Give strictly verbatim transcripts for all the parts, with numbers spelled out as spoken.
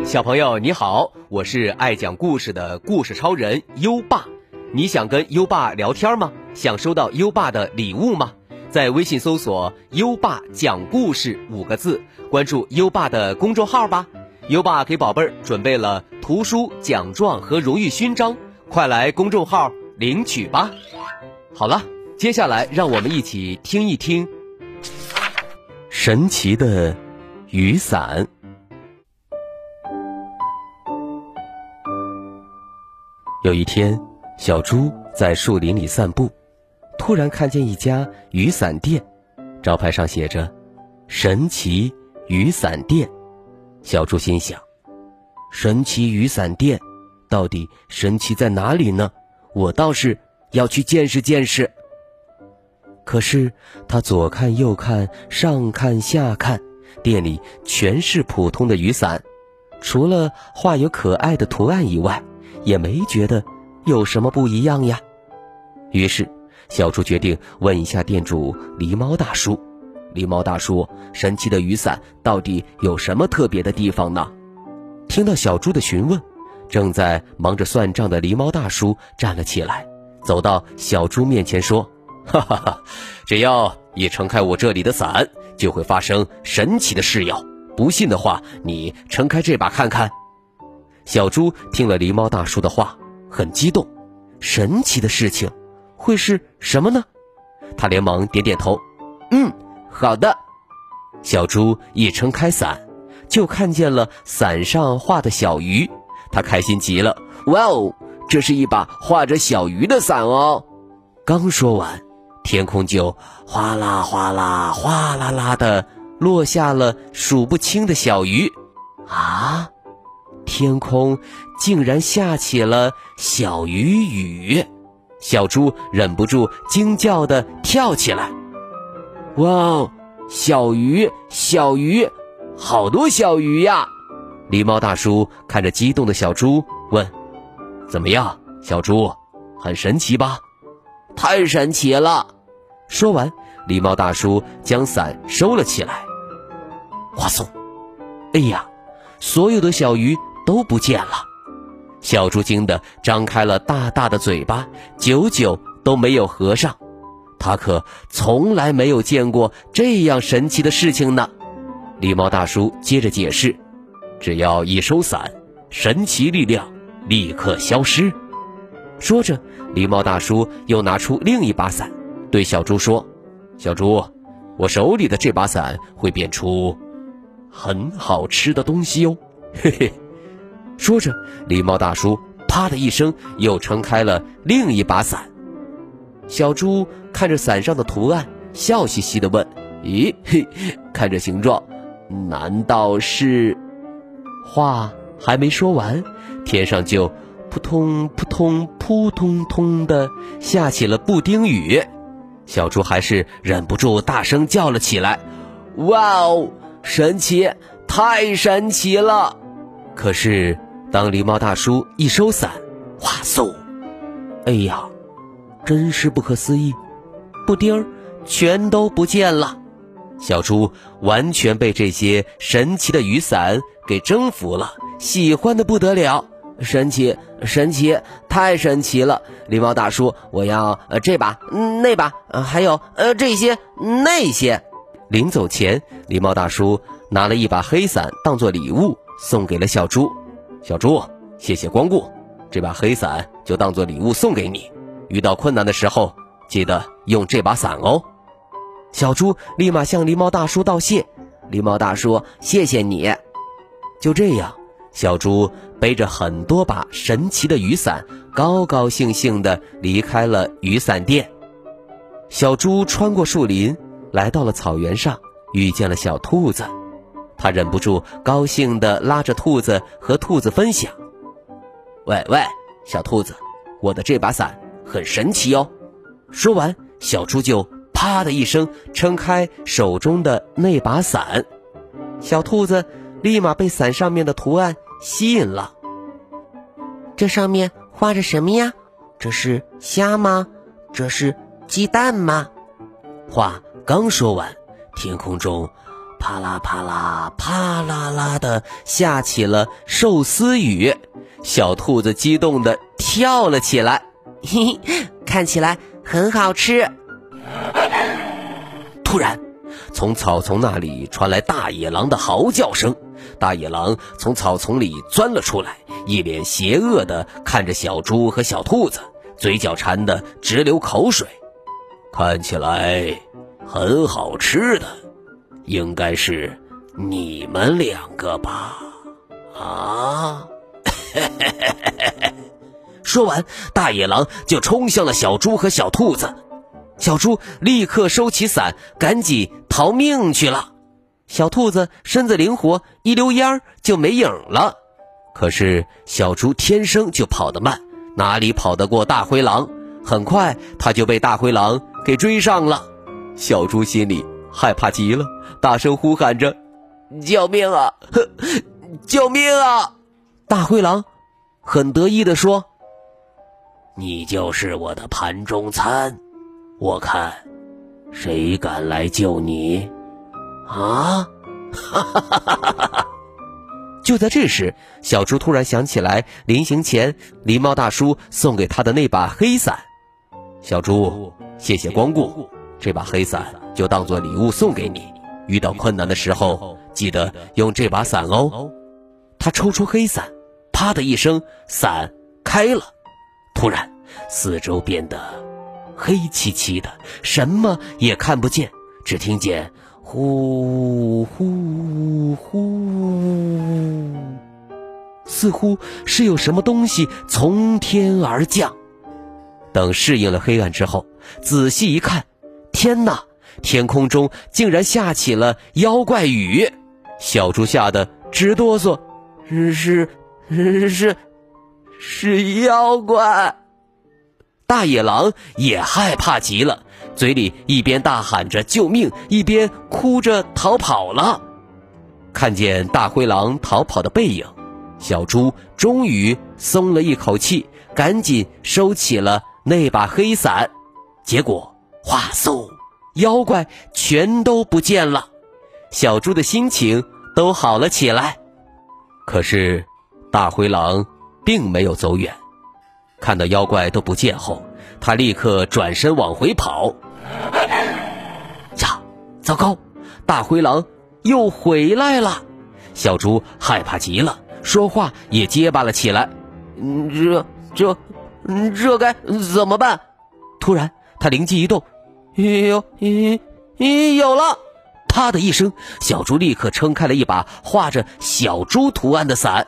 小朋友你好，我是爱讲故事的故事超人优爸。你想跟优爸聊天吗？想收到优爸的礼物吗？在微信搜索优爸讲故事五个字，关注优爸的公众号吧。优爸给宝贝儿准备了图书、奖状和荣誉勋章，快来公众号领取吧。好了，接下来让我们一起听一听神奇的雨伞。有一天，小猪在树林里散步，突然看见一家雨伞店，招牌上写着神奇雨伞店。小猪心想，神奇雨伞店到底神奇在哪里呢？我倒是要去见识见识。可是他左看右看，上看下看，店里全是普通的雨伞，除了画有可爱的图案以外，也没觉得有什么不一样呀。于是小猪决定问一下店主狸猫大叔。狸猫大叔，神奇的雨伞到底有什么特别的地方呢？听到小猪的询问，正在忙着算账的狸猫大叔站了起来，走到小猪面前说，哈哈哈，只要一撑开我这里的伞，就会发生神奇的事哟。不信的话，你撑开这把看看。小猪听了狸猫大叔的话，很激动。神奇的事情会是什么呢？他连忙点点头，嗯，好的。小猪一撑开伞，就看见了伞上画的小鱼，他开心极了。哇哦，这是一把画着小鱼的伞哦。刚说完，天空就哗啦哗啦哗啦啦的落下了数不清的小鱼。啊，天空竟然下起了小鱼雨。小猪忍不住惊叫地跳起来。哇哦，小鱼小鱼，好多小鱼呀！狸猫大叔看着激动的小猪问，怎么样，小猪，很神奇吧？太神奇了。说完，狸猫大叔将伞收了起来。哗嗖，哎呀，所有的小鱼都不见了。小猪惊得张开了大大的嘴巴，久久都没有合上。他可从来没有见过这样神奇的事情呢。狸猫大叔接着解释，只要一收伞，神奇力量立刻消失。说着，狸猫大叔又拿出另一把伞，对小猪说，小猪，我手里的这把伞会变出很好吃的东西哟，嘿嘿。说着，狸猫大叔啪的一声又撑开了另一把伞。小猪看着伞上的图案，笑嘻嘻地问，咦嘿，看这形状，难道是……话还没说完，天上就扑通扑通扑通通地下起了布丁雨。小猪还是忍不住大声叫了起来，哇哦，神奇，太神奇了。可是当狸猫大叔一收伞，哗嗖，哎呀，真是不可思议，布丁儿全都不见了。小猪完全被这些神奇的雨伞给征服了，喜欢得不得了。神奇神奇，太神奇了。狸猫大叔，我要呃这把、嗯、那把、呃、还有呃这些那些。临走前，狸猫大叔拿了一把黑伞当作礼物送给了小猪。小猪，谢谢光顾，这把黑伞就当作礼物送给你，遇到困难的时候记得用这把伞哦。小猪立马向狸猫大叔道谢，狸猫大叔，谢谢你。就这样，小猪背着很多把神奇的雨伞，高高兴兴地离开了雨伞店。小猪穿过树林，来到了草原上，遇见了小兔子。他忍不住高兴地拉着兔子和兔子分享，喂喂，小兔子，我的这把伞很神奇哦。说完，小猪就啪的一声撑开手中的那把伞。小兔子立马被伞上面的图案吸引了。 这上面画着什么呀？这是虾吗？这是鸡蛋吗？ 话刚说完，天空中啪啦啪啦啪啦啦的下起了寿司雨，小兔子激动地跳了起来， 嘿嘿，看起来很好吃。 突然从草丛那里传来大野狼的嚎叫声，大野狼从草丛里钻了出来，一脸邪恶地看着小猪和小兔子，嘴角馋得直流口水。看起来很好吃的，应该是你们两个吧？啊！说完，大野狼就冲向了小猪和小兔子。小猪立刻收起伞，赶紧逃命去了。小兔子身子灵活，一溜烟就没影了。可是小猪天生就跑得慢，哪里跑得过大灰狼？很快他就被大灰狼给追上了。小猪心里害怕极了，大声呼喊着：救命啊！救命啊！大灰狼很得意地说：你就是我的盘中餐，我看谁敢来救你啊！就在这时，小猪突然想起来临行前狸猫大叔送给他的那把黑伞。小猪，谢谢光顾，这把黑伞就当作礼物送给你，遇到困难的时候记得用这把伞哦。他抽出黑伞，啪的一声，伞开了。突然四周变得黑漆漆的，什么也看不见，只听见呼呼呼，似乎是有什么东西从天而降。等适应了黑暗之后，仔细一看，天哪，天空中竟然下起了妖怪雨。小猪吓得直哆嗦，是是是是妖怪。大野狼也害怕极了，嘴里一边大喊着救命，一边哭着逃跑了。看见大灰狼逃跑的背影，小猪终于松了一口气，赶紧收起了那把黑伞。结果哗嗖，妖怪全都不见了，小猪的心情都好了起来。可是大灰狼并没有走远，看到妖怪都不见后，他立刻转身往回跑。呀，糟糕，大灰狼又回来了！小猪害怕极了，说话也结巴了起来。嗯，这这这该怎么办？突然他灵机一动，有有有了！啪的一声，小猪立刻撑开了一把画着小猪图案的伞。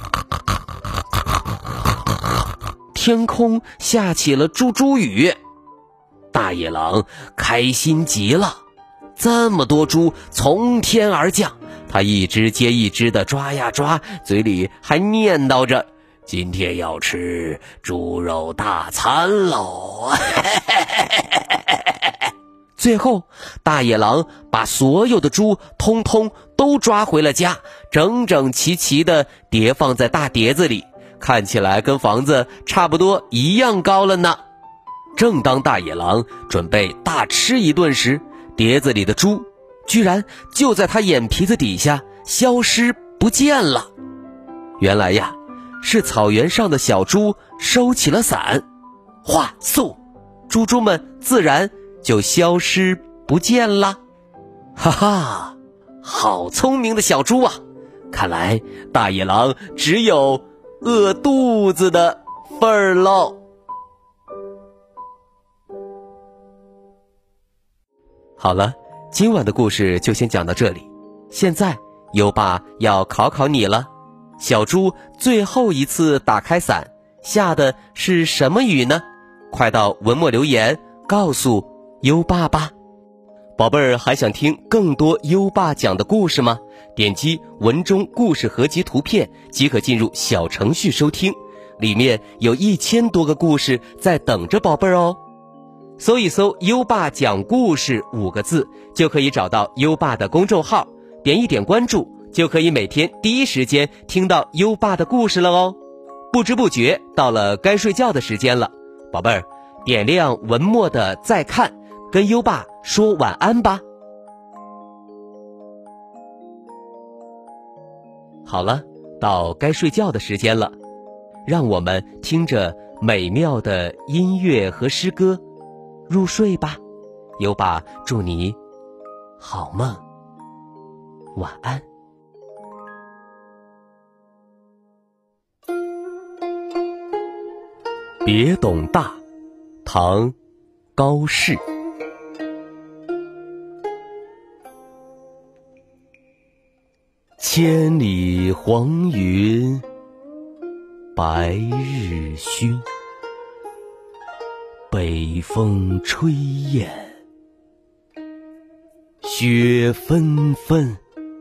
天空下起了猪猪雨，大野狼开心极了，这么多猪从天而降，他一只接一只的抓呀抓，嘴里还念叨着：今天要吃猪肉大餐喽！最后，大野狼把所有的猪通通都抓回了家，整整齐齐地叠放在大碟子里，看起来跟房子差不多一样高了呢。正当大野狼准备大吃一顿时，碟子里的猪居然就在他眼皮子底下消失不见了。原来呀，是草原上的小猪收起了伞，哗嗖，猪猪们自然就消失不见了。哈哈，好聪明的小猪啊！看来大野狼只有饿肚子的份儿喽。好了，今晚的故事就先讲到这里。现在优爸要考考你了，小猪最后一次打开伞，下的是什么雨呢？快到文末留言告诉优爸吧。宝贝儿，还想听更多优爸讲的故事吗？点击文中故事合集图片即可进入小程序收听，里面有一千多个故事在等着宝贝儿哦。搜一搜优爸讲故事五个字，就可以找到优爸的公众号，点一点关注，就可以每天第一时间听到优爸的故事了哦。不知不觉到了该睡觉的时间了，宝贝儿，点亮文末的再看，跟优爸说晚安吧。 好了，到该睡觉的时间了，让我们听着美妙的音乐和诗歌入睡吧。优爸祝你好梦，晚安。别董大，唐·高适。千里黄云白日曛，北风吹雁雪纷纷。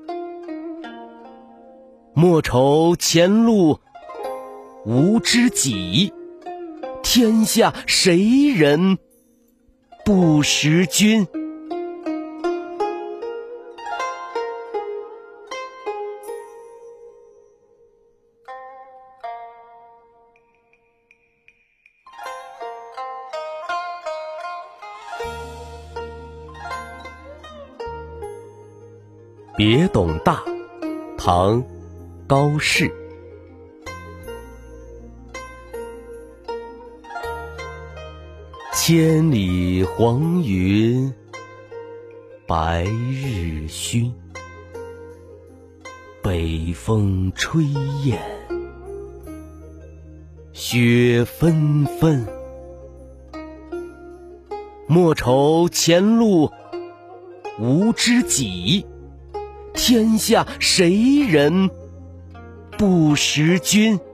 莫愁前路无知己，天下谁人不识君。别董大，唐·高适。千里黄云白日曛，北风吹雁雪纷纷。莫愁前路无知己，天下谁人不识君。